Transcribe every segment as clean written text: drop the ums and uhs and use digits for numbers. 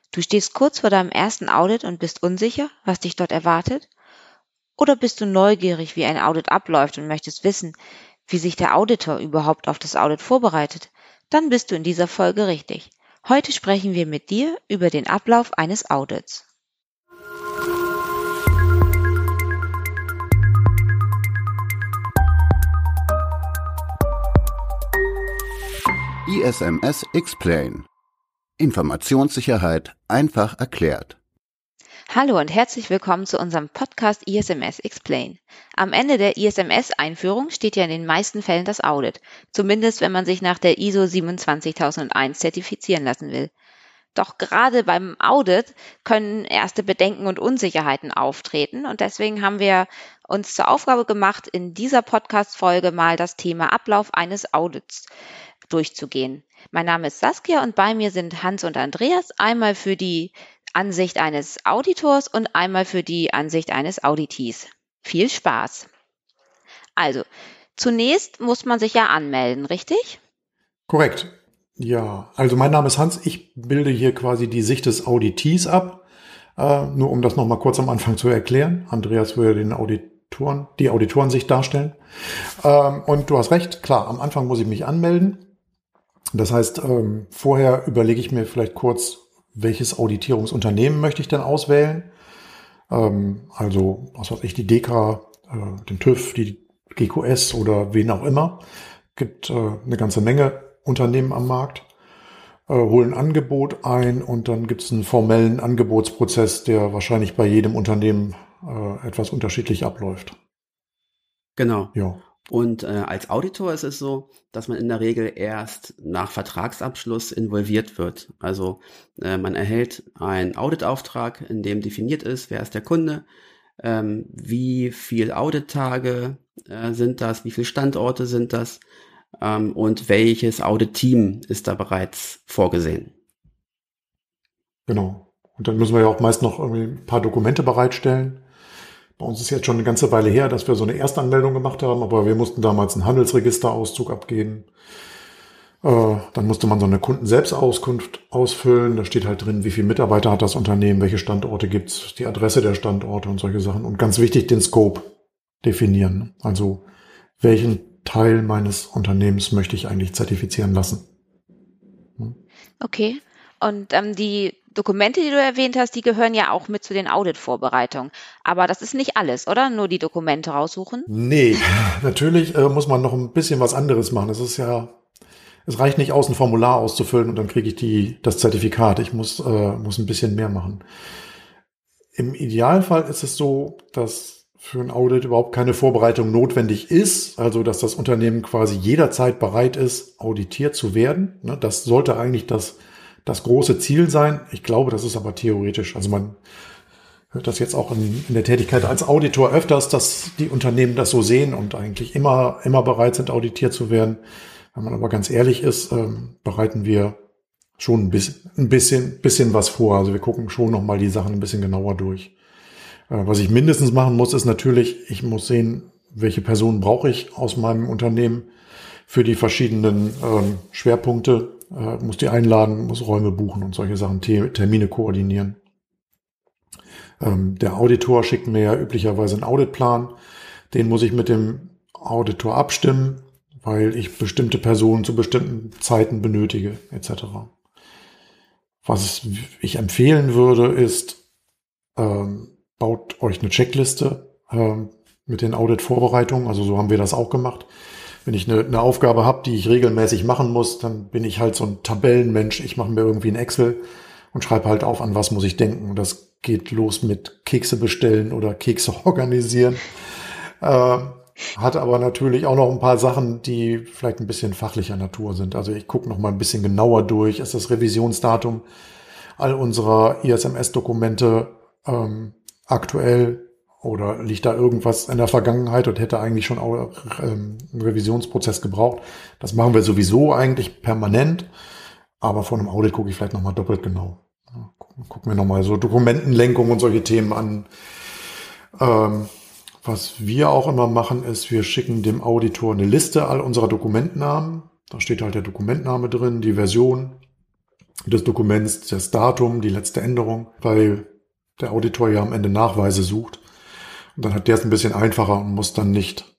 Du stehst kurz vor deinem ersten Audit und bist unsicher, was dich dort erwartet? Oder bist du neugierig, wie ein Audit abläuft und möchtest wissen, wie sich der Auditor überhaupt auf das Audit vorbereitet? Dann bist du in dieser Folge richtig. Heute sprechen wir mit dir über den Ablauf eines Audits. ISMS Explain. Informationssicherheit einfach erklärt. Hallo und herzlich willkommen zu unserem Podcast ISMS Explain. Am Ende der ISMS-Einführung steht ja in den meisten Fällen das Audit, zumindest wenn man sich nach der ISO 27001 zertifizieren lassen will. Doch gerade beim Audit können erste Bedenken und Unsicherheiten auftreten und deswegen haben wir uns zur Aufgabe gemacht, in dieser Podcast-Folge mal das Thema Ablauf eines Audits durchzugehen. Mein Name ist Saskia und bei mir sind Hans und Andreas, einmal für die Ansicht eines Auditors und einmal für die Ansicht eines Auditees. Viel Spaß! Also, zunächst muss man sich ja anmelden, richtig? Korrekt. Ja, also mein Name ist Hans. Ich bilde hier quasi die Sicht des Auditees ab. Nur um das nochmal kurz am Anfang zu erklären. Andreas würde die Auditorensicht darstellen. Und du hast recht, klar, am Anfang muss ich mich anmelden. Das heißt, vorher überlege ich mir vielleicht kurz, welches Auditierungsunternehmen möchte ich denn auswählen. Also, was weiß ich, die DEKRA, den TÜV, die GQS oder wen auch immer. Gibt eine ganze Menge Unternehmen am Markt, holen ein Angebot ein und dann gibt es einen formellen Angebotsprozess, der wahrscheinlich bei jedem Unternehmen etwas unterschiedlich abläuft. Genau. Ja. Und als Auditor ist es so, dass man in der Regel erst nach Vertragsabschluss involviert wird. Also man erhält einen Auditauftrag, in dem definiert ist, wer ist der Kunde, wie viel Audittage sind das, wie viele Standorte sind das und welches Audit-Team ist da bereits vorgesehen. Genau. Und dann müssen wir ja auch meist noch irgendwie ein paar Dokumente bereitstellen. Bei uns ist jetzt schon eine ganze Weile her, dass wir so eine Erstanmeldung gemacht haben, aber wir mussten damals einen Handelsregisterauszug abgeben. Dann musste man so eine Kundenselbstauskunft ausfüllen. Da steht halt drin, wie viele Mitarbeiter hat das Unternehmen, welche Standorte gibt's, die Adresse der Standorte und solche Sachen. Und ganz wichtig, den Scope definieren. Also welchen Teil meines Unternehmens möchte ich eigentlich zertifizieren lassen. Okay. Und die Dokumente, die du erwähnt hast, die gehören ja auch mit zu den Audit-Vorbereitungen. Aber das ist nicht alles, oder? Nur die Dokumente raussuchen? Nee, natürlich muss man noch ein bisschen was anderes machen. Es reicht nicht aus, ein Formular auszufüllen und dann kriege ich das Zertifikat. Ich muss ein bisschen mehr machen. Im Idealfall ist es so, dass für ein Audit überhaupt keine Vorbereitung notwendig ist. Also, dass das Unternehmen quasi jederzeit bereit ist, auditiert zu werden. Das sollte eigentlich das große Ziel sein. Ich glaube, das ist aber theoretisch. Also man hört das jetzt auch in der Tätigkeit als Auditor öfters, dass die Unternehmen das so sehen und eigentlich immer bereit sind, auditiert zu werden. Wenn man aber ganz ehrlich ist, bereiten wir schon ein bisschen was vor. Also wir gucken schon nochmal die Sachen ein bisschen genauer durch. Was ich mindestens machen muss, ist natürlich, ich muss sehen, welche Personen brauche ich aus meinem Unternehmen für die verschiedenen Schwerpunkte. Muss die einladen, muss Räume buchen und solche Sachen, Termine koordinieren. Der Auditor schickt mir ja üblicherweise einen Auditplan. Den muss ich mit dem Auditor abstimmen, weil ich bestimmte Personen zu bestimmten Zeiten benötige, etc. Was ich empfehlen würde, ist, baut euch eine Checkliste mit den Audit-Vorbereitungen. Also so haben wir das auch gemacht. Wenn ich eine Aufgabe habe, die ich regelmäßig machen muss, dann bin ich halt so ein Tabellenmensch. Ich mache mir irgendwie ein Excel und schreibe halt auf, an was muss ich denken. Und das geht los mit Kekse bestellen oder Kekse organisieren. Hat aber natürlich auch noch ein paar Sachen, die vielleicht ein bisschen fachlicher Natur sind. Also ich gucke noch mal ein bisschen genauer durch. Ist das Revisionsdatum all unserer ISMS-Dokumente aktuell oder liegt da irgendwas in der Vergangenheit und hätte eigentlich schon auch einen Revisionsprozess gebraucht? Das machen wir sowieso eigentlich permanent, aber vor einem Audit gucke ich vielleicht nochmal doppelt genau. Gucken wir nochmal so Dokumentenlenkung und solche Themen an. Was wir auch immer machen, ist, wir schicken dem Auditor eine Liste all unserer Dokumentnamen. Da steht halt der Dokumentname drin, die Version, des Dokuments, das Datum, die letzte Änderung, weil der Auditor ja am Ende Nachweise sucht. Und dann hat der es ein bisschen einfacher und muss dann nicht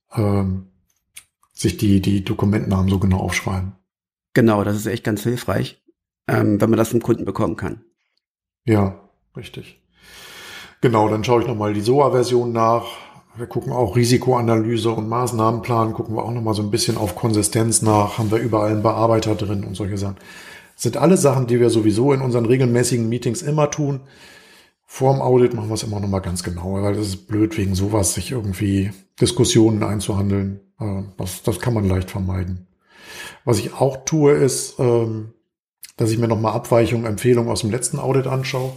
sich die Dokumentnamen so genau aufschreiben. Genau, das ist echt ganz hilfreich, wenn man das vom Kunden bekommen kann. Ja, richtig. Genau, dann schaue ich nochmal die SOA-Version nach. Wir gucken auch Risikoanalyse und Maßnahmenplan, gucken wir auch nochmal so ein bisschen auf Konsistenz nach. Haben wir überall einen Bearbeiter drin und solche Sachen. Das sind alle Sachen, die wir sowieso in unseren regelmäßigen Meetings immer tun. Vorm Audit machen wir es immer nochmal ganz genau, weil das ist blöd, wegen sowas sich irgendwie Diskussionen einzuhandeln. Das kann man leicht vermeiden. Was ich auch tue, ist, dass ich mir nochmal Abweichungen, Empfehlungen aus dem letzten Audit anschaue.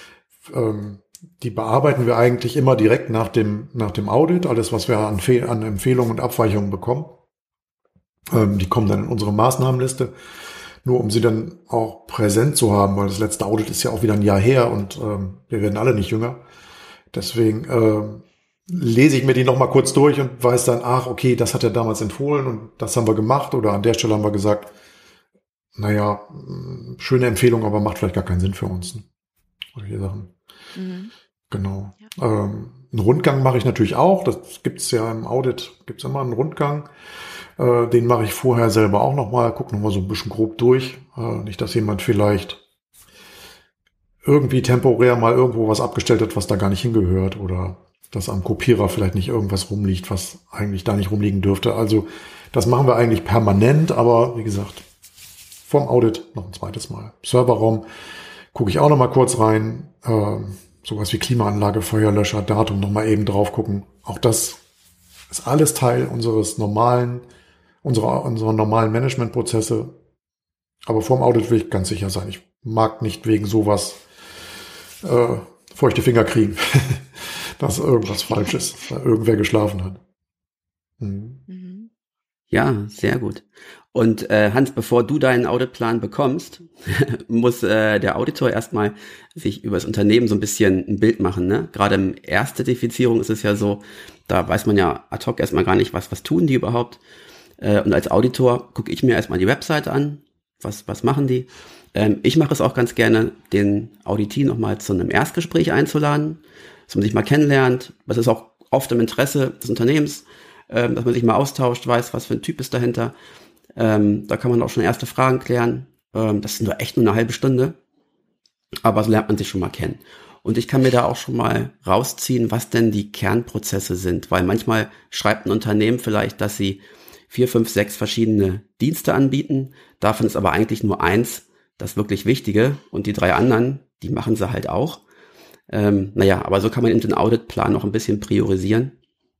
Die bearbeiten wir eigentlich immer direkt nach dem Audit. Alles, was wir an Empfehlungen und Abweichungen bekommen, die kommen dann in unsere Maßnahmenliste. Nur um sie dann auch präsent zu haben, weil das letzte Audit ist ja auch wieder ein Jahr her und wir werden alle nicht jünger. Deswegen lese ich mir die nochmal kurz durch und weiß dann, ach, okay, das hat er damals empfohlen und das haben wir gemacht oder an der Stelle haben wir gesagt, naja, schöne Empfehlung, aber macht vielleicht gar keinen Sinn für uns. Solche Sachen. Mhm. Genau. Ja. Einen Rundgang mache ich natürlich auch. Das gibt's ja im Audit, gibt's immer einen Rundgang. Den mache ich vorher selber auch nochmal, gucke nochmal so ein bisschen grob durch. Nicht, dass jemand vielleicht irgendwie temporär mal irgendwo was abgestellt hat, was da gar nicht hingehört oder dass am Kopierer vielleicht nicht irgendwas rumliegt, was eigentlich da nicht rumliegen dürfte. Also das machen wir eigentlich permanent, aber wie gesagt, vorm Audit noch ein zweites Mal. Serverraum gucke ich auch nochmal kurz rein. Sowas wie Klimaanlage, Feuerlöscher, Datum nochmal eben drauf gucken. Auch das ist alles Teil unserer normalen Managementprozesse. Aber vorm Audit will ich ganz sicher sein. Ich mag nicht wegen sowas feuchte Finger kriegen, dass irgendwas falsch ist, weil irgendwer geschlafen hat. Mhm. Ja, sehr gut. Und Hans, bevor du deinen Auditplan bekommst, muss der Auditor erstmal sich über das Unternehmen so ein bisschen ein Bild machen. Ne? Gerade im Erstzertifizierung ist es ja so, da weiß man ja ad hoc erstmal gar nicht, was tun die überhaupt. Und als Auditor gucke ich mir erstmal die Webseite an, was machen die. Ich mache es auch ganz gerne, den Auditee nochmal zu einem Erstgespräch einzuladen, dass man sich mal kennenlernt. Das ist auch oft im Interesse des Unternehmens, dass man sich mal austauscht, weiß, was für ein Typ ist dahinter. Da kann man auch schon erste Fragen klären. Das ist echt nur eine halbe Stunde. Aber so lernt man sich schon mal kennen. Und ich kann mir da auch schon mal rausziehen, was denn die Kernprozesse sind. Weil manchmal schreibt ein Unternehmen vielleicht, dass sie 4, 5, 6 verschiedene Dienste anbieten. Davon ist aber eigentlich nur eins das wirklich Wichtige. Und die 3 anderen, die machen sie halt auch. Aber so kann man eben den Auditplan noch ein bisschen priorisieren,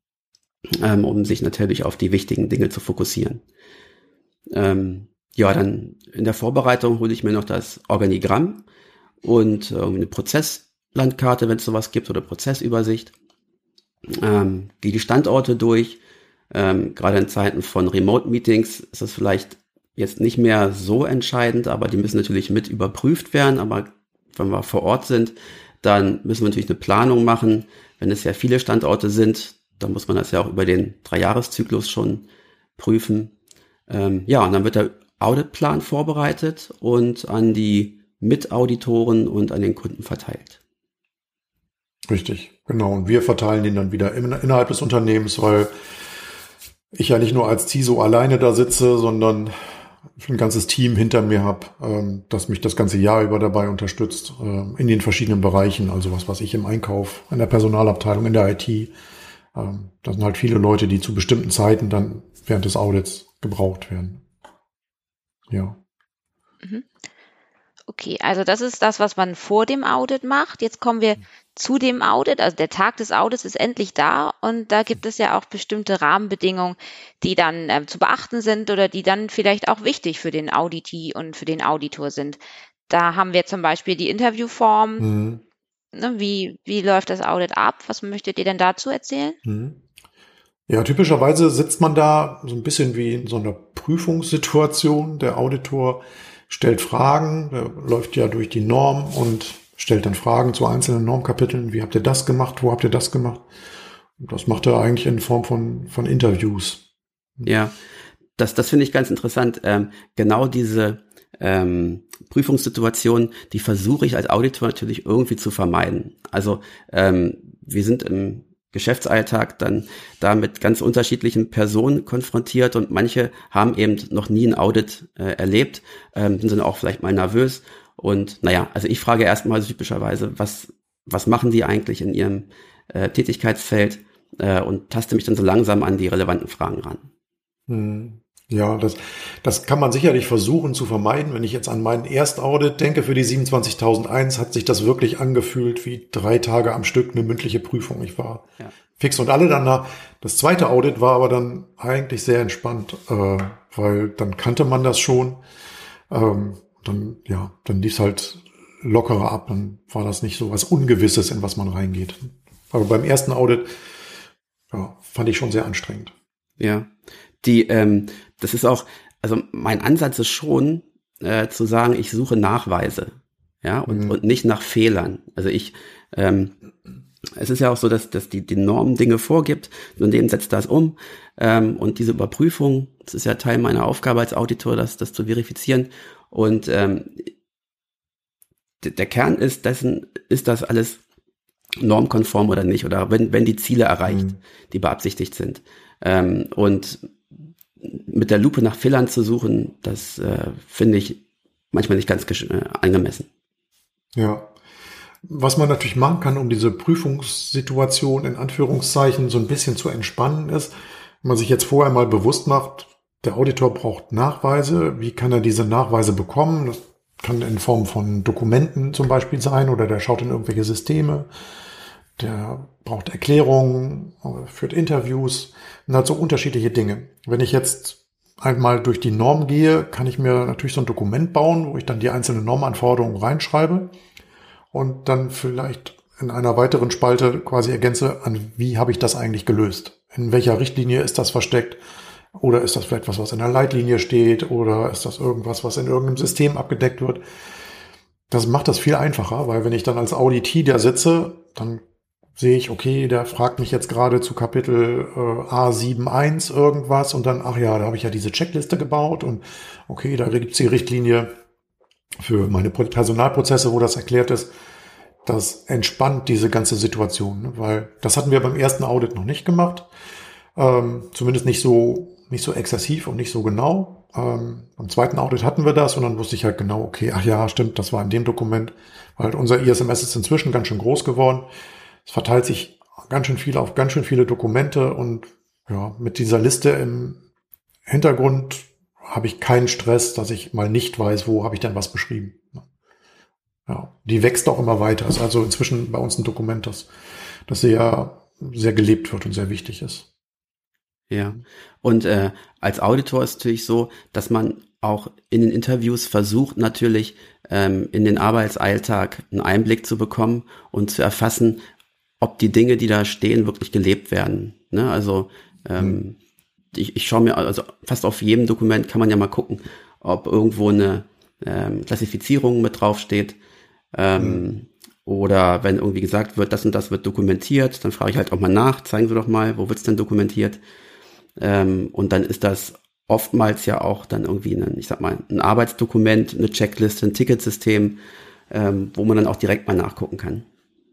um sich natürlich auf die wichtigen Dinge zu fokussieren. Dann in der Vorbereitung hole ich mir noch das Organigramm und eine Prozesslandkarte, wenn es sowas gibt, oder Prozessübersicht. Gehe die Standorte durch. Gerade in Zeiten von Remote-Meetings ist das vielleicht jetzt nicht mehr so entscheidend, aber die müssen natürlich mit überprüft werden. Aber wenn wir vor Ort sind, dann müssen wir natürlich eine Planung machen. Wenn es ja viele Standorte sind, dann muss man das ja auch über den 3-Jahres-Zyklus schon prüfen. Und dann wird der Auditplan vorbereitet und an die Mitauditoren und an den Kunden verteilt. Richtig, genau. Und wir verteilen den dann wieder innerhalb des Unternehmens, weil ich ja nicht nur als CISO alleine da sitze, sondern ein ganzes Team hinter mir habe, das mich das ganze Jahr über dabei unterstützt, in den verschiedenen Bereichen, also was weiß ich, im Einkauf, in der Personalabteilung, in der IT. Das sind halt viele Leute, die zu bestimmten Zeiten dann während des Audits gebraucht werden. Ja. Okay, also das ist das, was man vor dem Audit macht. Jetzt kommen wir zu dem Audit. Also der Tag des Audits ist endlich da und da gibt es ja auch bestimmte Rahmenbedingungen, die dann zu beachten sind oder die dann vielleicht auch wichtig für den Auditee und für den Auditor sind. Da haben wir zum Beispiel die Interviewform. Ne, wie läuft das Audit ab? Was möchtet ihr denn dazu erzählen? Ja, typischerweise sitzt man da so ein bisschen wie in so einer Prüfungssituation. Der Auditor stellt Fragen, der läuft ja durch die Norm und stellt dann Fragen zu einzelnen Normkapiteln. Wie habt ihr das gemacht? Wo habt ihr das gemacht? Und das macht er eigentlich in Form von Interviews. Ja, das finde ich ganz interessant. Genau diese Prüfungssituationen, die versuche ich als Auditor natürlich irgendwie zu vermeiden. Also wir sind im Geschäftsalltag dann da mit ganz unterschiedlichen Personen konfrontiert und manche haben eben noch nie ein Audit erlebt, sind dann auch vielleicht mal nervös. Und naja, also ich frage erstmal typischerweise, was machen die eigentlich in ihrem Tätigkeitsfeld und taste mich dann so langsam an die relevanten Fragen ran. Ja, das kann man sicherlich versuchen zu vermeiden. Wenn ich jetzt an meinen Erstaudit denke für die 27001, hat sich das wirklich angefühlt wie 3 Tage am Stück eine mündliche Prüfung. Ich war fix und alle danach. Das zweite Audit war aber dann eigentlich sehr entspannt, weil dann kannte man das schon. Dann lief es halt lockerer ab. Dann war das nicht so was Ungewisses, in was man reingeht. Aber beim ersten Audit, fand ich schon sehr anstrengend. Ja, das ist auch, also mein Ansatz ist schon, zu sagen, ich suche Nachweise, und nicht nach Fehlern. Also es ist ja auch so, dass die Norm Dinge vorgibt, und dem setzt das um, und diese Überprüfung, das ist ja Teil meiner Aufgabe als Auditor, das zu verifizieren, und der Kern ist dessen, ist das alles normkonform oder nicht, oder wenn die Ziele erreicht, die beabsichtigt sind. Und mit der Lupe nach Fehlern zu suchen, das finde ich manchmal nicht ganz angemessen. Ja, was man natürlich machen kann, um diese Prüfungssituation in Anführungszeichen so ein bisschen zu entspannen, ist, wenn man sich jetzt vorher mal bewusst macht, der Auditor braucht Nachweise. Wie kann er diese Nachweise bekommen? Das kann in Form von Dokumenten zum Beispiel sein oder der schaut in irgendwelche Systeme. Der braucht Erklärungen, führt Interviews und hat so unterschiedliche Dinge. Wenn ich jetzt einmal durch die Norm gehe, kann ich mir natürlich so ein Dokument bauen, wo ich dann die einzelnen Normanforderungen reinschreibe und dann vielleicht in einer weiteren Spalte quasi ergänze, an wie habe ich das eigentlich gelöst? In welcher Richtlinie ist das versteckt? Oder ist das vielleicht was in der Leitlinie steht? Oder ist das irgendwas, was in irgendeinem System abgedeckt wird? Das macht das viel einfacher, weil wenn ich dann als Auditee da sitze, dann sehe ich, okay, der fragt mich jetzt gerade zu Kapitel A7.1 irgendwas und dann, da habe ich ja diese Checkliste gebaut und okay, da gibt's die Richtlinie für meine Personalprozesse, wo das erklärt ist. Das entspannt diese ganze Situation, ne? Weil das hatten wir beim ersten Audit noch nicht gemacht, zumindest nicht so exzessiv und nicht so genau. Beim zweiten Audit hatten wir das und dann wusste ich halt genau, okay, stimmt, das war in dem Dokument, weil unser ISMS ist inzwischen ganz schön groß geworden. Es verteilt sich ganz schön viel auf ganz schön viele Dokumente und mit dieser Liste im Hintergrund habe ich keinen Stress, dass ich mal nicht weiß, wo habe ich denn was beschrieben. Ja, die wächst auch immer weiter. Ist also inzwischen bei uns ein Dokument, das sehr, sehr gelebt wird und sehr wichtig ist. Ja, und als Auditor ist es natürlich so, dass man auch in den Interviews versucht natürlich in den Arbeitsalltag einen Einblick zu bekommen und zu erfassen, ob die Dinge, die da stehen, wirklich gelebt werden. Ne? Also ich schaue mir, also fast auf jedem Dokument kann man ja mal gucken, ob irgendwo eine Klassifizierung mit draufsteht. Oder wenn irgendwie gesagt wird, das und das wird dokumentiert, dann frage ich halt auch mal nach, zeigen Sie doch mal, wo wird's denn dokumentiert? Und dann ist das oftmals ja auch dann irgendwie ein Arbeitsdokument, eine Checkliste, ein Ticketsystem, wo man dann auch direkt mal nachgucken kann.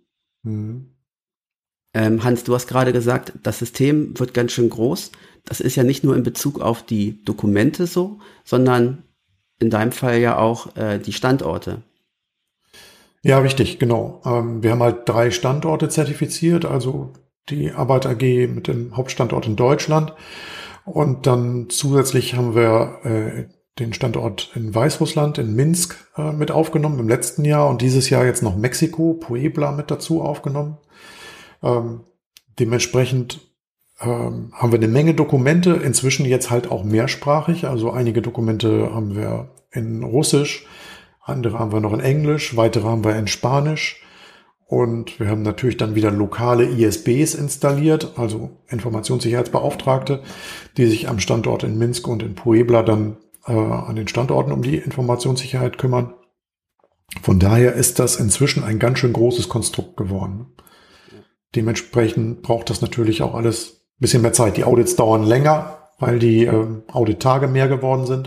Hans, du hast gerade gesagt, das System wird ganz schön groß. Das ist ja nicht nur in Bezug auf die Dokumente so, sondern in deinem Fall ja auch die Standorte. Ja, richtig, genau. Wir haben halt 3 Standorte zertifiziert, also die Arbeit AG mit dem Hauptstandort in Deutschland. Und dann zusätzlich haben wir den Standort in Weißrussland, in Minsk mit aufgenommen im letzten Jahr und dieses Jahr jetzt noch Mexiko, Puebla mit dazu aufgenommen. Dementsprechend haben wir eine Menge Dokumente, inzwischen jetzt halt auch mehrsprachig. Also einige Dokumente haben wir in Russisch, andere haben wir noch in Englisch, weitere haben wir in Spanisch. Und wir haben natürlich dann wieder lokale ISBs installiert, also Informationssicherheitsbeauftragte, die sich am Standort in Minsk und in Puebla dann an den Standorten um die Informationssicherheit kümmern. Von daher ist das inzwischen ein ganz schön großes Konstrukt geworden. Dementsprechend braucht das natürlich auch alles ein bisschen mehr Zeit. Die Audits dauern länger, weil die Audittage mehr geworden sind.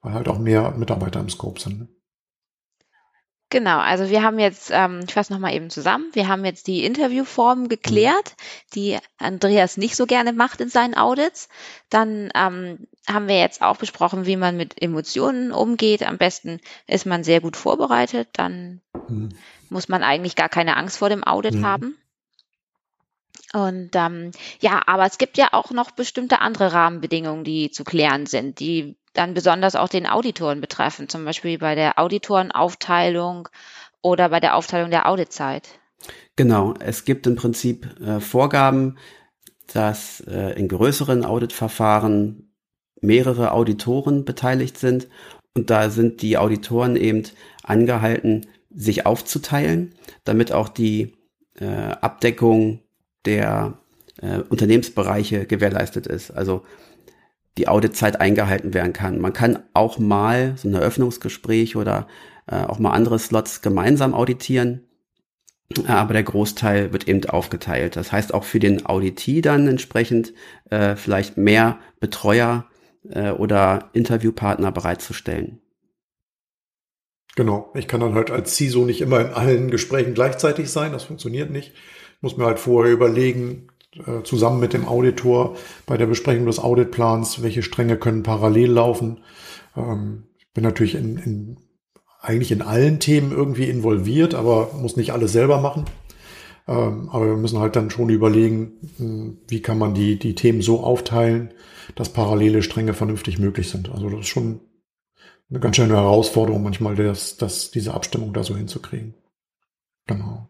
weil halt auch mehr Mitarbeiter im Scope sind. Ne? Genau, also wir haben jetzt, ich fasse nochmal eben zusammen, wir haben jetzt die Interviewformen geklärt, die Andreas nicht so gerne macht in seinen Audits. Dann haben wir jetzt auch besprochen, wie man mit Emotionen umgeht. Am besten ist man sehr gut vorbereitet, dann muss man eigentlich gar keine Angst vor dem Audit haben. Und ja, aber es gibt ja auch noch bestimmte andere Rahmenbedingungen, die zu klären sind, die dann besonders auch den Auditoren betreffen, zum Beispiel bei der Auditorenaufteilung oder bei der Aufteilung der Auditzeit. Genau, es gibt im Prinzip Vorgaben, dass in größeren Auditverfahren mehrere Auditoren beteiligt sind und da sind die Auditoren eben angehalten, sich aufzuteilen, damit auch die Abdeckung der Unternehmensbereiche gewährleistet ist. Also die Auditzeit eingehalten werden kann. Man kann auch mal so ein Eröffnungsgespräch oder auch mal andere Slots gemeinsam auditieren, aber der Großteil wird eben aufgeteilt. Das heißt auch für den Auditee dann entsprechend vielleicht mehr Betreuer oder Interviewpartner bereitzustellen. Genau, ich kann dann halt als CISO nicht immer in allen Gesprächen gleichzeitig sein, das funktioniert nicht. Ich muss mir halt vorher überlegen, zusammen mit dem Auditor bei der Besprechung des Auditplans, welche Stränge können parallel laufen. Ich bin natürlich eigentlich in allen Themen irgendwie involviert, aber muss nicht alles selber machen. Aber wir müssen halt dann schon überlegen, wie kann man die Themen so aufteilen, dass parallele Stränge vernünftig möglich sind. Also das ist schon eine ganz schöne Herausforderung manchmal, diese Abstimmung da so hinzukriegen. Genau.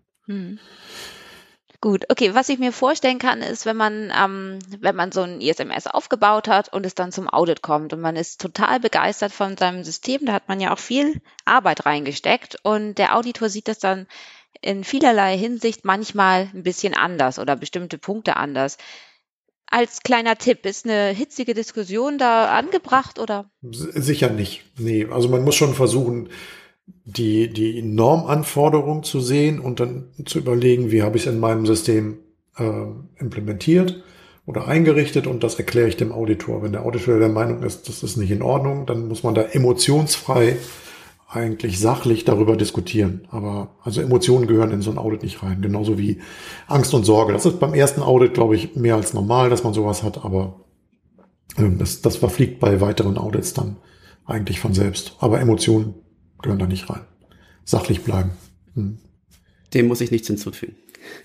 Gut, okay, was ich mir vorstellen kann, ist, wenn man so ein ISMS aufgebaut hat und es dann zum Audit kommt und man ist total begeistert von seinem System, da hat man ja auch viel Arbeit reingesteckt und der Auditor sieht das dann in vielerlei Hinsicht manchmal ein bisschen anders oder bestimmte Punkte anders. Als kleiner Tipp, ist eine hitzige Diskussion da angebracht oder? Sicher nicht. Nee, also man muss schon versuchen, die Normanforderung zu sehen und dann zu überlegen, wie habe ich es in meinem System implementiert oder eingerichtet und das erkläre ich dem Auditor. Wenn der Auditor der Meinung ist, das ist nicht in Ordnung, dann muss man da emotionsfrei eigentlich sachlich darüber diskutieren. Aber also Emotionen gehören in so ein Audit nicht rein, genauso wie Angst und Sorge. Das ist beim ersten Audit, glaube ich, mehr als normal, dass man sowas hat, aber das verfliegt bei weiteren Audits dann eigentlich von selbst. Aber Emotionen gehören da nicht rein. Sachlich bleiben. Dem muss ich nichts hinzufügen.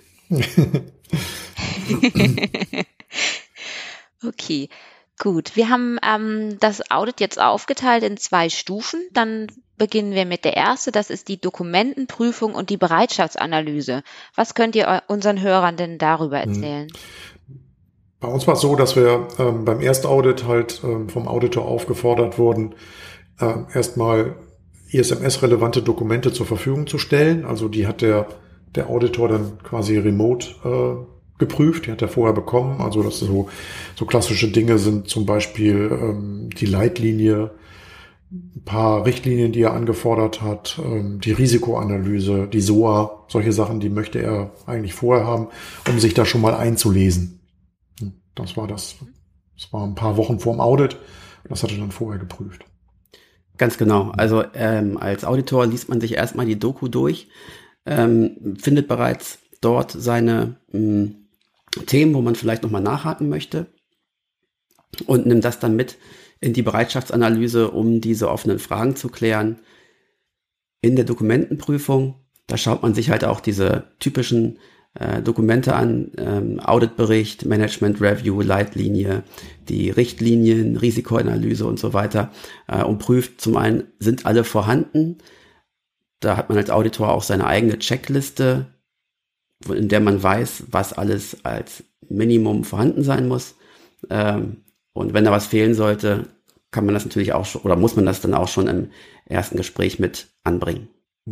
Okay, gut. Wir haben das Audit jetzt aufgeteilt in 2 Stufen. Dann beginnen wir mit der ersten. Das ist die Dokumentenprüfung und die Bereitschaftsanalyse. Was könnt ihr unseren Hörern denn darüber erzählen? Bei uns war es so, dass wir beim Erstaudit halt vom Auditor aufgefordert wurden, erstmal ISMS-relevante Dokumente zur Verfügung zu stellen. Also die hat der Auditor dann quasi remote geprüft. Die hat er vorher bekommen. Also das so klassische Dinge sind zum Beispiel die Leitlinie, ein paar Richtlinien, die er angefordert hat, die Risikoanalyse, die SOA, solche Sachen, die möchte er eigentlich vorher haben, um sich da schon mal einzulesen. Das war das. Das war ein paar Wochen vorm Audit. Das hat er dann vorher geprüft. Ganz genau. Also als Auditor liest man sich erstmal die Doku durch, findet bereits dort seine Themen, wo man vielleicht nochmal nachhaken möchte und nimmt das dann mit in die Bereitschaftsanalyse, um diese offenen Fragen zu klären. In der Dokumentenprüfung, da schaut man sich halt auch diese typischen Dokumente an, Auditbericht, Management Review, Leitlinie, die Richtlinien, Risikoanalyse und so weiter und prüft zum einen, sind alle vorhanden. Da hat man als Auditor auch seine eigene Checkliste, in der man weiß, was alles als Minimum vorhanden sein muss. Und wenn da was fehlen sollte, kann man das natürlich auch schon, oder muss man das dann auch schon im ersten Gespräch mit anbringen.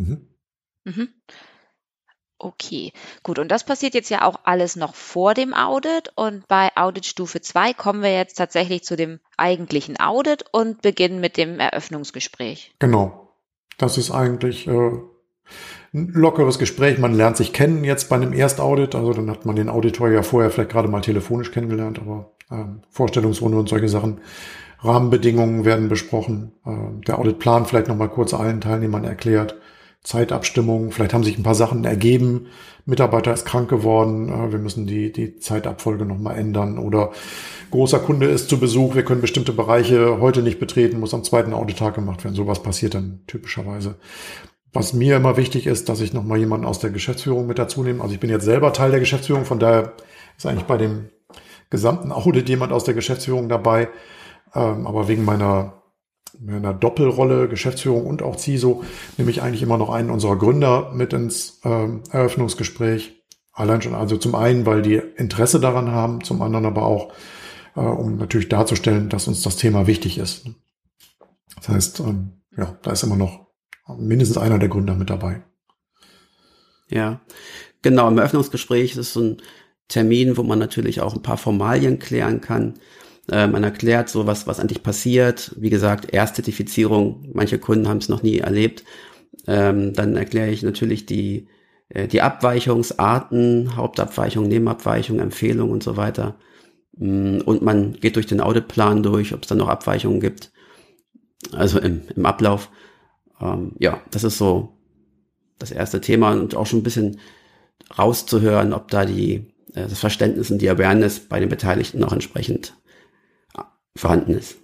Okay, gut. Und das passiert jetzt ja auch alles noch vor dem Audit. Und bei Auditstufe 2 kommen wir jetzt tatsächlich zu dem eigentlichen Audit und beginnen mit dem Eröffnungsgespräch. Genau. Das ist eigentlich ein lockeres Gespräch. Man lernt sich kennen jetzt bei einem Erstaudit. Also dann hat man den Auditor ja vorher vielleicht gerade mal telefonisch kennengelernt, aber Vorstellungsrunde und solche Sachen Rahmenbedingungen werden besprochen, der Auditplan vielleicht nochmal kurz allen Teilnehmern erklärt, Zeitabstimmung, vielleicht haben sich ein paar Sachen ergeben, Mitarbeiter ist krank geworden, wir müssen die Zeitabfolge nochmal ändern oder großer Kunde ist zu Besuch, wir können bestimmte Bereiche heute nicht betreten, muss am zweiten Audittag gemacht werden. Sowas passiert dann typischerweise. Was mir immer wichtig ist, dass ich nochmal jemanden aus der Geschäftsführung mit dazu nehme. Also ich bin jetzt selber Teil der Geschäftsführung, von daher ist eigentlich bei dem gesamten Audit jemand aus der Geschäftsführung dabei. Aber wegen meiner Doppelrolle, Geschäftsführung und auch CISO, nehme ich eigentlich immer noch einen unserer Gründer mit ins Eröffnungsgespräch. Allein schon, also zum einen, weil die Interesse daran haben, zum anderen aber auch, um natürlich darzustellen, dass uns das Thema wichtig ist. Das heißt, da ist immer noch mindestens einer der Gründer mit dabei. Ja, genau. Im Eröffnungsgespräch ist es so ein Termin, wo man natürlich auch ein paar Formalien klären kann. Man erklärt so, was eigentlich passiert. Wie gesagt, Erstzertifizierung. Manche Kunden haben es noch nie erlebt. Dann erkläre ich natürlich die Abweichungsarten, Hauptabweichung, Nebenabweichung, Empfehlung und so weiter. Und man geht durch den Auditplan durch, ob es dann noch Abweichungen gibt. Also im Ablauf. Das ist so das erste Thema und auch schon ein bisschen rauszuhören, ob da das Verständnis und die Awareness bei den Beteiligten auch entsprechend vorhanden ist.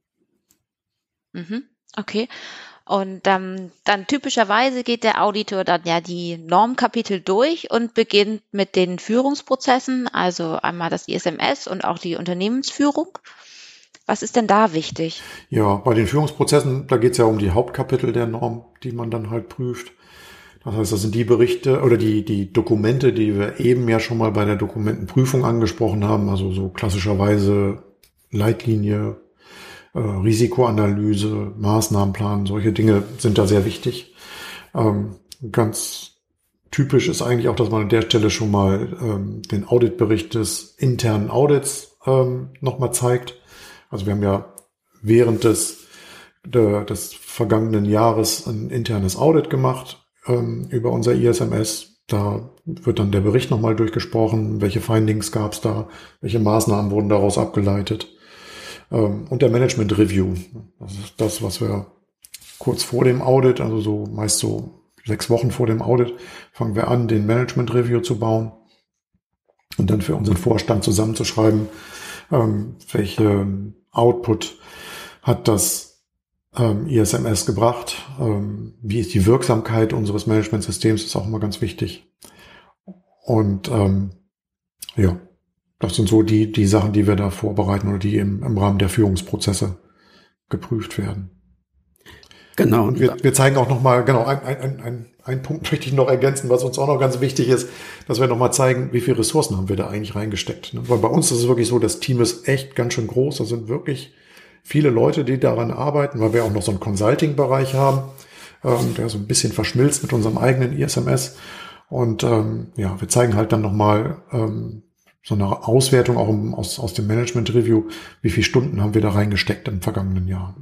Okay. Und dann typischerweise geht der Auditor dann ja die Normkapitel durch und beginnt mit den Führungsprozessen, also einmal das ISMS und auch die Unternehmensführung. Was ist denn da wichtig? Ja, bei den Führungsprozessen, da geht es ja um die Hauptkapitel der Norm, die man dann halt prüft. Das heißt, das sind die Berichte oder die Dokumente, die wir eben ja schon mal bei der Dokumentenprüfung angesprochen haben, also so klassischerweise Leitlinie, Risikoanalyse, Maßnahmenplan, solche Dinge sind da sehr wichtig. Ganz typisch ist eigentlich auch, dass man an der Stelle schon mal den Auditbericht des internen Audits nochmal zeigt. Also wir haben ja während des vergangenen Jahres ein internes Audit gemacht über unser ISMS. Da wird dann der Bericht nochmal durchgesprochen, welche Findings gab es da, welche Maßnahmen wurden daraus abgeleitet. Und der Management Review. Das ist das, was wir kurz vor dem Audit, also so meist so 6 Wochen vor dem Audit, fangen wir an, den Management Review zu bauen und dann für unseren Vorstand zusammenzuschreiben, welche Output hat das ISMS gebracht, wie ist die Wirksamkeit unseres Managementsystems, ist auch immer ganz wichtig. Und das sind so die Sachen, die wir da vorbereiten oder die im Rahmen der Führungsprozesse geprüft werden. Genau. Und wir zeigen auch nochmal, genau, ein Punkt möchte ich noch ergänzen, was uns auch noch ganz wichtig ist, dass wir nochmal zeigen, wie viele Ressourcen haben wir da eigentlich reingesteckt. Weil bei uns ist es wirklich so, das Team ist echt ganz schön groß. Da sind wirklich viele Leute, die daran arbeiten, weil wir auch noch so einen Consulting-Bereich haben, der so ein bisschen verschmilzt mit unserem eigenen ISMS. Und wir zeigen halt dann nochmal so eine Auswertung auch aus dem Management Review, wie viele Stunden haben wir da reingesteckt im vergangenen Jahr.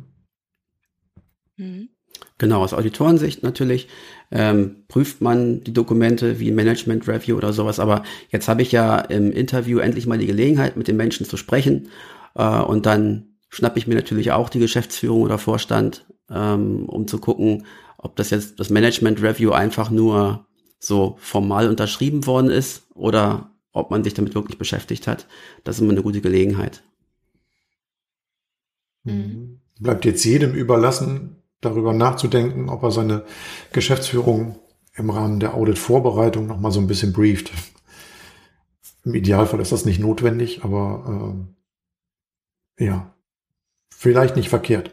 Genau, aus Auditorensicht natürlich prüft man die Dokumente wie Management Review oder sowas, aber jetzt habe ich ja im Interview endlich mal die Gelegenheit, mit den Menschen zu sprechen und dann schnappe ich mir natürlich auch die Geschäftsführung oder Vorstand, um zu gucken, ob das jetzt das Management Review einfach nur so formal unterschrieben worden ist oder ob man sich damit wirklich beschäftigt hat. Das ist immer eine gute Gelegenheit. Bleibt jetzt jedem überlassen, darüber nachzudenken, ob er seine Geschäftsführung im Rahmen der Audit-Vorbereitung noch mal so ein bisschen brieft. Im Idealfall ist das nicht notwendig, aber vielleicht nicht verkehrt.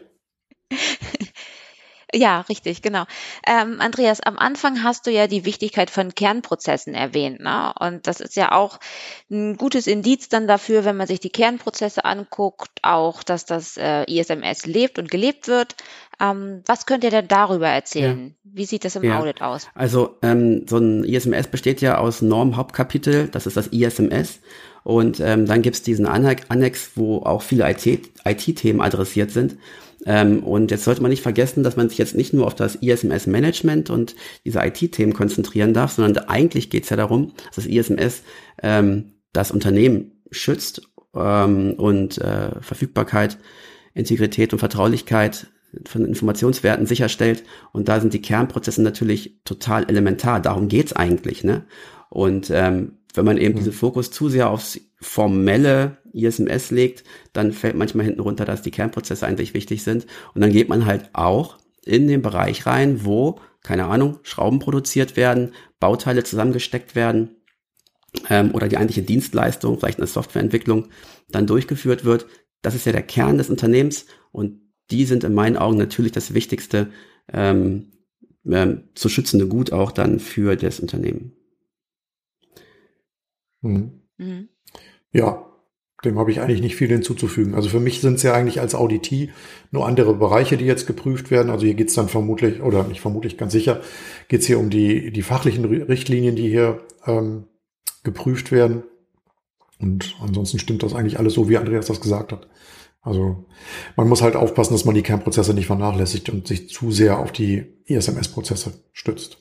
Ja, richtig, genau. Andreas, am Anfang hast du ja die Wichtigkeit von Kernprozessen erwähnt, ne? Und das ist ja auch ein gutes Indiz dann dafür, wenn man sich die Kernprozesse anguckt, auch, dass das ISMS lebt und gelebt wird. Was könnt ihr denn darüber erzählen? Ja. Wie sieht das im Audit aus? Also so ein ISMS besteht ja aus Norm-Hauptkapitel, das ist das ISMS. Und dann gibt's diesen Annex, wo auch viele IT-Themen adressiert sind. Und jetzt sollte man nicht vergessen, dass man sich jetzt nicht nur auf das ISMS-Management und diese IT-Themen konzentrieren darf, sondern eigentlich geht's ja darum, dass das ISMS das Unternehmen schützt und Verfügbarkeit Integrität und Vertraulichkeit von Informationswerten sicherstellt. Und da sind die Kernprozesse natürlich total elementar. Darum geht's eigentlich, ne? Und wenn man eben diesen Fokus zu sehr aufs formelle ISMS legt, dann fällt manchmal hinten runter, dass die Kernprozesse eigentlich wichtig sind. Und dann geht man halt auch in den Bereich rein, wo, keine Ahnung, Schrauben produziert werden, Bauteile zusammengesteckt werden oder die eigentliche Dienstleistung, vielleicht eine Softwareentwicklung, dann durchgeführt wird. Das ist ja der Kern des Unternehmens und die sind in meinen Augen natürlich das wichtigste zu schützende Gut auch dann für das Unternehmen. Ja, dem habe ich eigentlich nicht viel hinzuzufügen. Also für mich sind es ja eigentlich als Auditee nur andere Bereiche, die jetzt geprüft werden. Also hier geht es dann vermutlich, oder nicht vermutlich, ganz sicher, geht es hier um die fachlichen Richtlinien, die hier geprüft werden. Und ansonsten stimmt das eigentlich alles so, wie Andreas das gesagt hat. Also man muss halt aufpassen, dass man die Kernprozesse nicht vernachlässigt und sich zu sehr auf die ISMS-Prozesse stützt.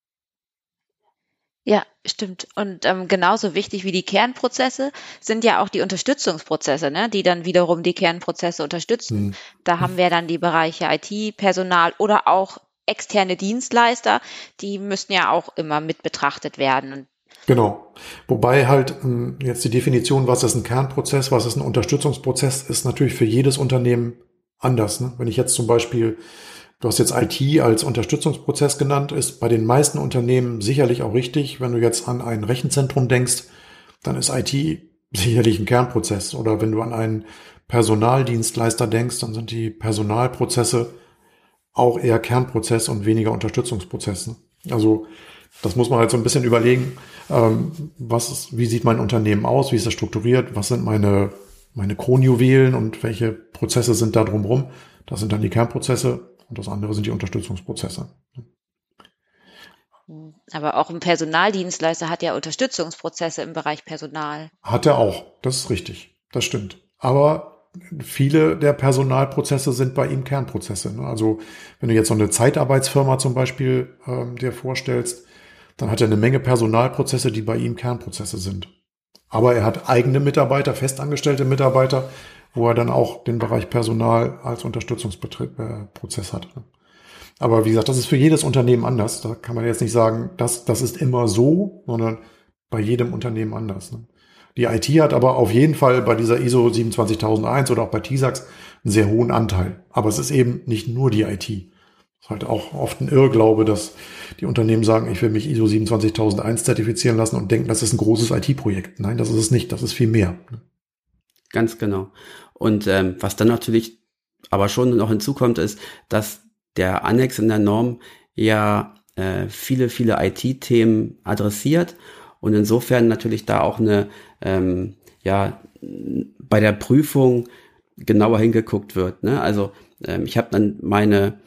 Ja, stimmt. Und genauso wichtig wie die Kernprozesse sind ja auch die Unterstützungsprozesse, ne, die dann wiederum die Kernprozesse unterstützen. Da haben wir dann die Bereiche IT, Personal oder auch externe Dienstleister, die müssen ja auch immer mit betrachtet werden. Genau. Wobei halt jetzt die Definition, was ist ein Kernprozess, was ist ein Unterstützungsprozess, ist natürlich für jedes Unternehmen anders. Ne? Wenn ich jetzt zum Beispiel, du hast jetzt IT als Unterstützungsprozess genannt, ist bei den meisten Unternehmen sicherlich auch richtig. Wenn du jetzt an ein Rechenzentrum denkst, dann ist IT sicherlich ein Kernprozess. Oder wenn du an einen Personaldienstleister denkst, dann sind die Personalprozesse auch eher Kernprozess und weniger Unterstützungsprozess. Ne? Also das muss man halt so ein bisschen überlegen, wie sieht mein Unternehmen aus, wie ist das strukturiert, was sind meine Kronjuwelen und welche Prozesse sind da drumherum. Das sind dann die Kernprozesse und das andere sind die Unterstützungsprozesse. Aber auch ein Personaldienstleister hat ja Unterstützungsprozesse im Bereich Personal. Hat er auch, das ist richtig, das stimmt. Aber viele der Personalprozesse sind bei ihm Kernprozesse. Ne? Also wenn du jetzt so eine Zeitarbeitsfirma zum Beispiel dir vorstellst, dann hat er eine Menge Personalprozesse, die bei ihm Kernprozesse sind. Aber er hat eigene Mitarbeiter, festangestellte Mitarbeiter, wo er dann auch den Bereich Personal als Unterstützungsprozess hat. Aber wie gesagt, das ist für jedes Unternehmen anders. Da kann man jetzt nicht sagen, das ist immer so, sondern bei jedem Unternehmen anders. Ne? Die IT hat aber auf jeden Fall bei dieser ISO 27001 oder auch bei TISAX einen sehr hohen Anteil. Aber es ist eben nicht nur die IT. Das ist halt auch oft ein Irrglaube, dass die Unternehmen sagen, ich will mich ISO 27001 zertifizieren lassen und denken, das ist ein großes IT-Projekt. Nein, das ist es nicht. Das ist viel mehr. Ganz genau. Und was dann natürlich aber schon noch hinzukommt, ist, dass der Annex in der Norm ja viele IT-Themen adressiert und insofern natürlich da auch eine bei der Prüfung genauer hingeguckt wird. Ne? Also ich habe dann meine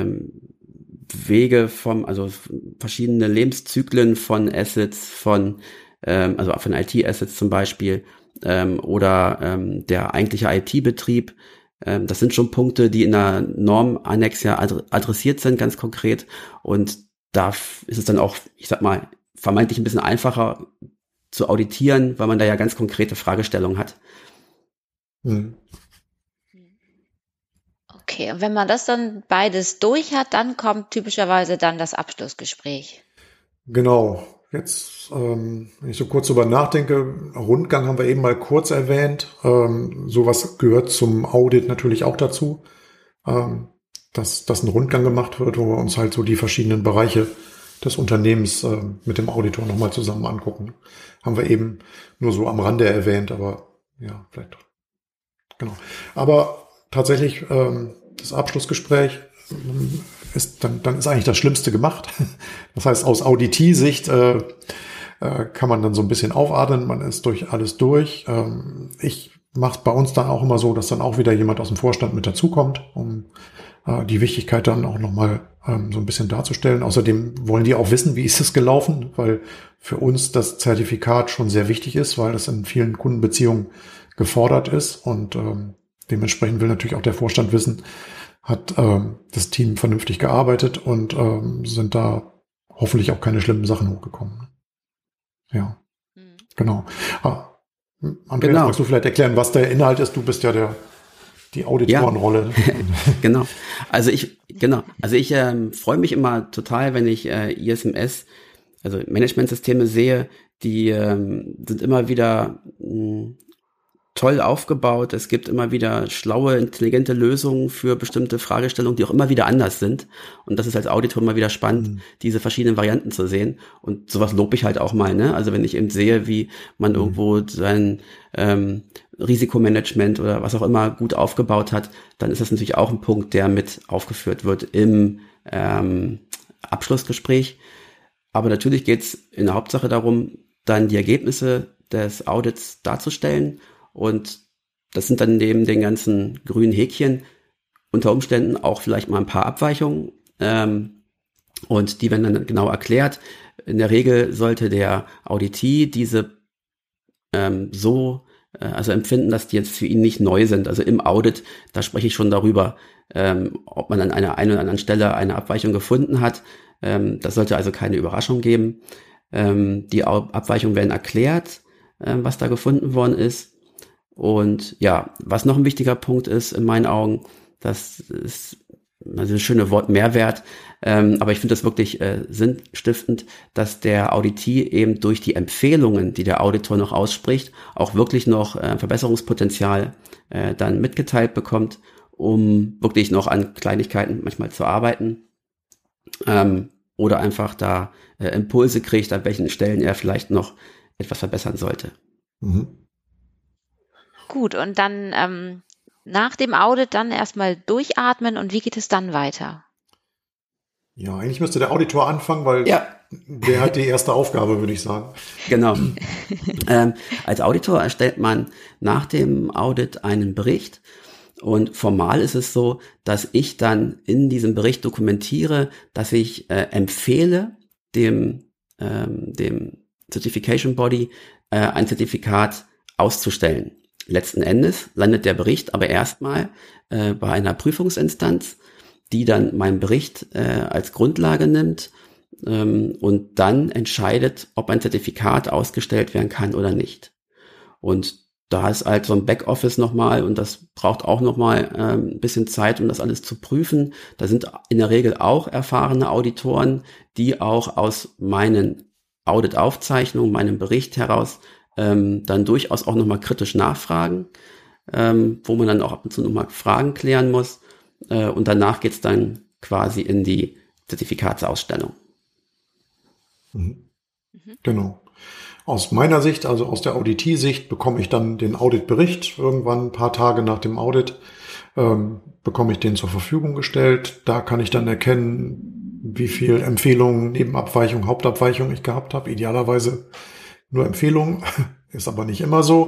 Wege also verschiedene Lebenszyklen von Assets, also von IT-Assets zum Beispiel oder der eigentliche IT-Betrieb. Das sind schon Punkte, die in der Norm-Annex ja adressiert sind, ganz konkret. Und da ist es dann auch, ich sag mal, vermeintlich ein bisschen einfacher zu auditieren, weil man da ja ganz konkrete Fragestellungen hat. Okay, und wenn man das dann beides durch hat, dann kommt typischerweise dann das Abschlussgespräch. Genau. Jetzt, wenn ich so kurz drüber nachdenke, Rundgang haben wir eben mal kurz erwähnt. Sowas gehört zum Audit natürlich auch dazu, dass ein Rundgang gemacht wird, wo wir uns halt so die verschiedenen Bereiche des Unternehmens mit dem Auditor nochmal zusammen angucken. Haben wir eben nur so am Rande erwähnt, aber ja, vielleicht. Genau. Aber tatsächlich, das Abschlussgespräch dann ist eigentlich das Schlimmste gemacht. Das heißt, aus Auditee-Sicht kann man dann so ein bisschen aufatmen, man ist durch alles durch. Ich mache es bei uns dann auch immer so, dass dann auch wieder jemand aus dem Vorstand mit dazukommt, um die Wichtigkeit dann auch nochmal so ein bisschen darzustellen. Außerdem wollen die auch wissen, wie ist es gelaufen, weil für uns das Zertifikat schon sehr wichtig ist, weil das in vielen Kundenbeziehungen gefordert ist und dementsprechend will natürlich auch der Vorstand wissen, hat das Team vernünftig gearbeitet und sind da hoffentlich auch keine schlimmen Sachen hochgekommen. Ja, genau. Andreas, magst du vielleicht erklären, was der Inhalt ist? Du bist ja der Die Auditorenrolle. Genau. Also ich freue mich immer total, wenn ich ISMS, also Managementsysteme sehe, die sind immer wieder toll aufgebaut. Es gibt immer wieder schlaue, intelligente Lösungen für bestimmte Fragestellungen, die auch immer wieder anders sind. Und das ist als Auditor immer wieder spannend, diese verschiedenen Varianten zu sehen. Und sowas lobe ich halt auch mal, ne? Also wenn ich eben sehe, wie man irgendwo sein Risikomanagement oder was auch immer gut aufgebaut hat, dann ist das natürlich auch ein Punkt, der mit aufgeführt wird im Abschlussgespräch. Aber natürlich geht es in der Hauptsache darum, dann die Ergebnisse des Audits darzustellen. Und das sind dann neben den ganzen grünen Häkchen unter Umständen auch vielleicht mal ein paar Abweichungen. Und die werden dann genau erklärt. In der Regel sollte der Auditee diese also empfinden, dass die jetzt für ihn nicht neu sind. Also im Audit, da spreche ich schon darüber, ob man an einer einen oder anderen Stelle eine Abweichung gefunden hat. Das sollte also keine Überraschung geben. Die Abweichungen werden erklärt, was da gefunden worden ist. Und ja, was noch ein wichtiger Punkt ist in meinen Augen, das ist also das schöne Wort Mehrwert, aber ich finde das wirklich sinnstiftend, dass der Auditee eben durch die Empfehlungen, die der Auditor noch ausspricht, auch wirklich noch Verbesserungspotenzial dann mitgeteilt bekommt, um wirklich noch an Kleinigkeiten manchmal zu arbeiten oder einfach da Impulse kriegt, an welchen Stellen er vielleicht noch etwas verbessern sollte. Mhm. Gut, und dann nach dem Audit dann erstmal durchatmen und wie geht es dann weiter? Ja, eigentlich müsste der Auditor anfangen, weil der hat die erste Aufgabe, würde ich sagen. Genau. Als Auditor erstellt man nach dem Audit einen Bericht und formal ist es so, dass ich dann in diesem Bericht dokumentiere, dass ich empfehle, dem Certification Body ein Zertifikat auszustellen. Letzten Endes landet der Bericht aber erstmal bei einer Prüfungsinstanz, die dann meinen Bericht als Grundlage nimmt und dann entscheidet, ob ein Zertifikat ausgestellt werden kann oder nicht. Und da ist halt so ein Backoffice nochmal und das braucht auch nochmal ein bisschen Zeit, um das alles zu prüfen. Da sind in der Regel auch erfahrene Auditoren, die auch aus meinen Auditaufzeichnungen, meinem Bericht heraus dann durchaus auch nochmal kritisch nachfragen, wo man dann auch ab und zu nochmal Fragen klären muss. Und danach geht's dann quasi in die Zertifikatsausstellung. Mhm. Genau. Aus meiner Sicht, also aus der Auditee-Sicht, bekomme ich dann den Auditbericht irgendwann ein paar Tage nach dem Audit, bekomme ich den zur Verfügung gestellt. Da kann ich dann erkennen, wie viel Empfehlungen, Nebenabweichung, Hauptabweichung ich gehabt habe. Idealerweise nur Empfehlungen, ist aber nicht immer so.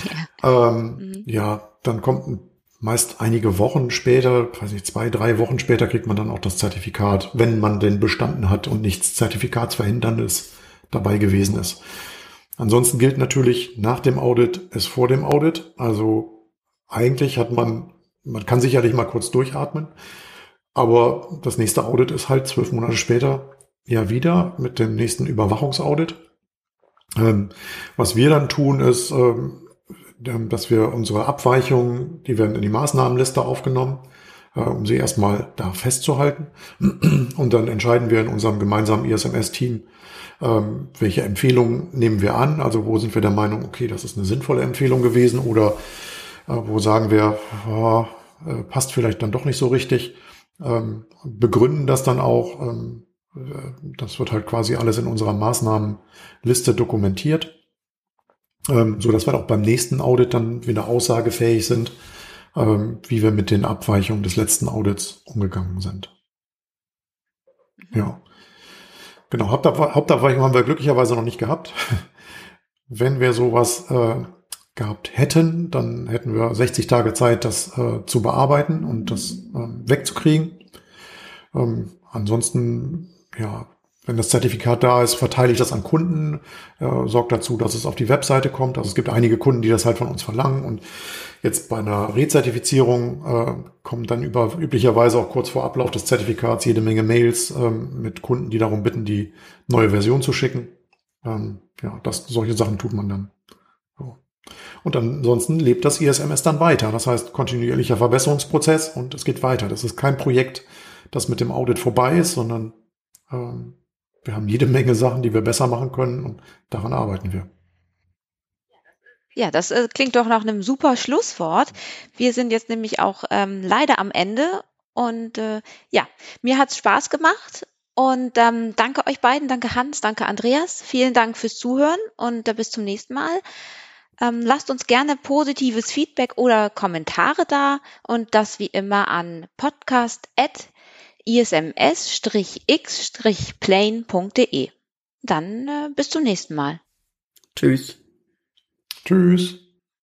Ja, dann kommt meist einige Wochen später, weiß nicht, 2-3 Wochen später kriegt man dann auch das Zertifikat, wenn man denn bestanden hat und nichts Zertifikatsverhinderndes dabei gewesen ist. Ansonsten gilt natürlich, nach dem Audit ist vor dem Audit. Also eigentlich hat man kann sicherlich mal kurz durchatmen, aber das nächste Audit ist halt 12 Monate später ja wieder mit dem nächsten Überwachungsaudit. Was wir dann tun, ist, dass wir unsere Abweichungen, die werden in die Maßnahmenliste aufgenommen, um sie erstmal da festzuhalten. Und dann entscheiden wir in unserem gemeinsamen ISMS-Team, welche Empfehlungen nehmen wir an. Also wo sind wir der Meinung, okay, das ist eine sinnvolle Empfehlung gewesen oder wo sagen wir, passt vielleicht dann doch nicht so richtig. Begründen das dann auch. Das wird halt quasi alles in unserer Maßnahmenliste dokumentiert, so dass wir auch beim nächsten Audit dann wieder aussagefähig sind, wie wir mit den Abweichungen des letzten Audits umgegangen sind. Ja, genau. Hauptabweichung haben wir glücklicherweise noch nicht gehabt. Wenn wir sowas gehabt hätten, dann hätten wir 60 Tage Zeit, das zu bearbeiten und das wegzukriegen. Ansonsten, ja, wenn das Zertifikat da ist, verteile ich das an Kunden, sorge dazu, dass es auf die Webseite kommt. Also es gibt einige Kunden, die das halt von uns verlangen. Und jetzt bei einer Rezertifizierung kommen dann üblicherweise auch kurz vor Ablauf des Zertifikats jede Menge Mails mit Kunden, die darum bitten, die neue Version zu schicken. Ja, solche Sachen tut man dann. So. Und ansonsten lebt das ISMS dann weiter. Das heißt, kontinuierlicher Verbesserungsprozess und es geht weiter. Das ist kein Projekt, das mit dem Audit vorbei ist, sondern wir haben jede Menge Sachen, die wir besser machen können und daran arbeiten wir. Ja, das klingt doch nach einem super Schlusswort. Wir sind jetzt nämlich auch leider am Ende und ja, mir hat's Spaß gemacht und danke euch beiden, danke Hans, danke Andreas, vielen Dank fürs Zuhören und bis zum nächsten Mal. Lasst uns gerne positives Feedback oder Kommentare da und das wie immer an podcast@isms-x-plane.de. Dann bis zum nächsten Mal. Tschüss. Tschüss.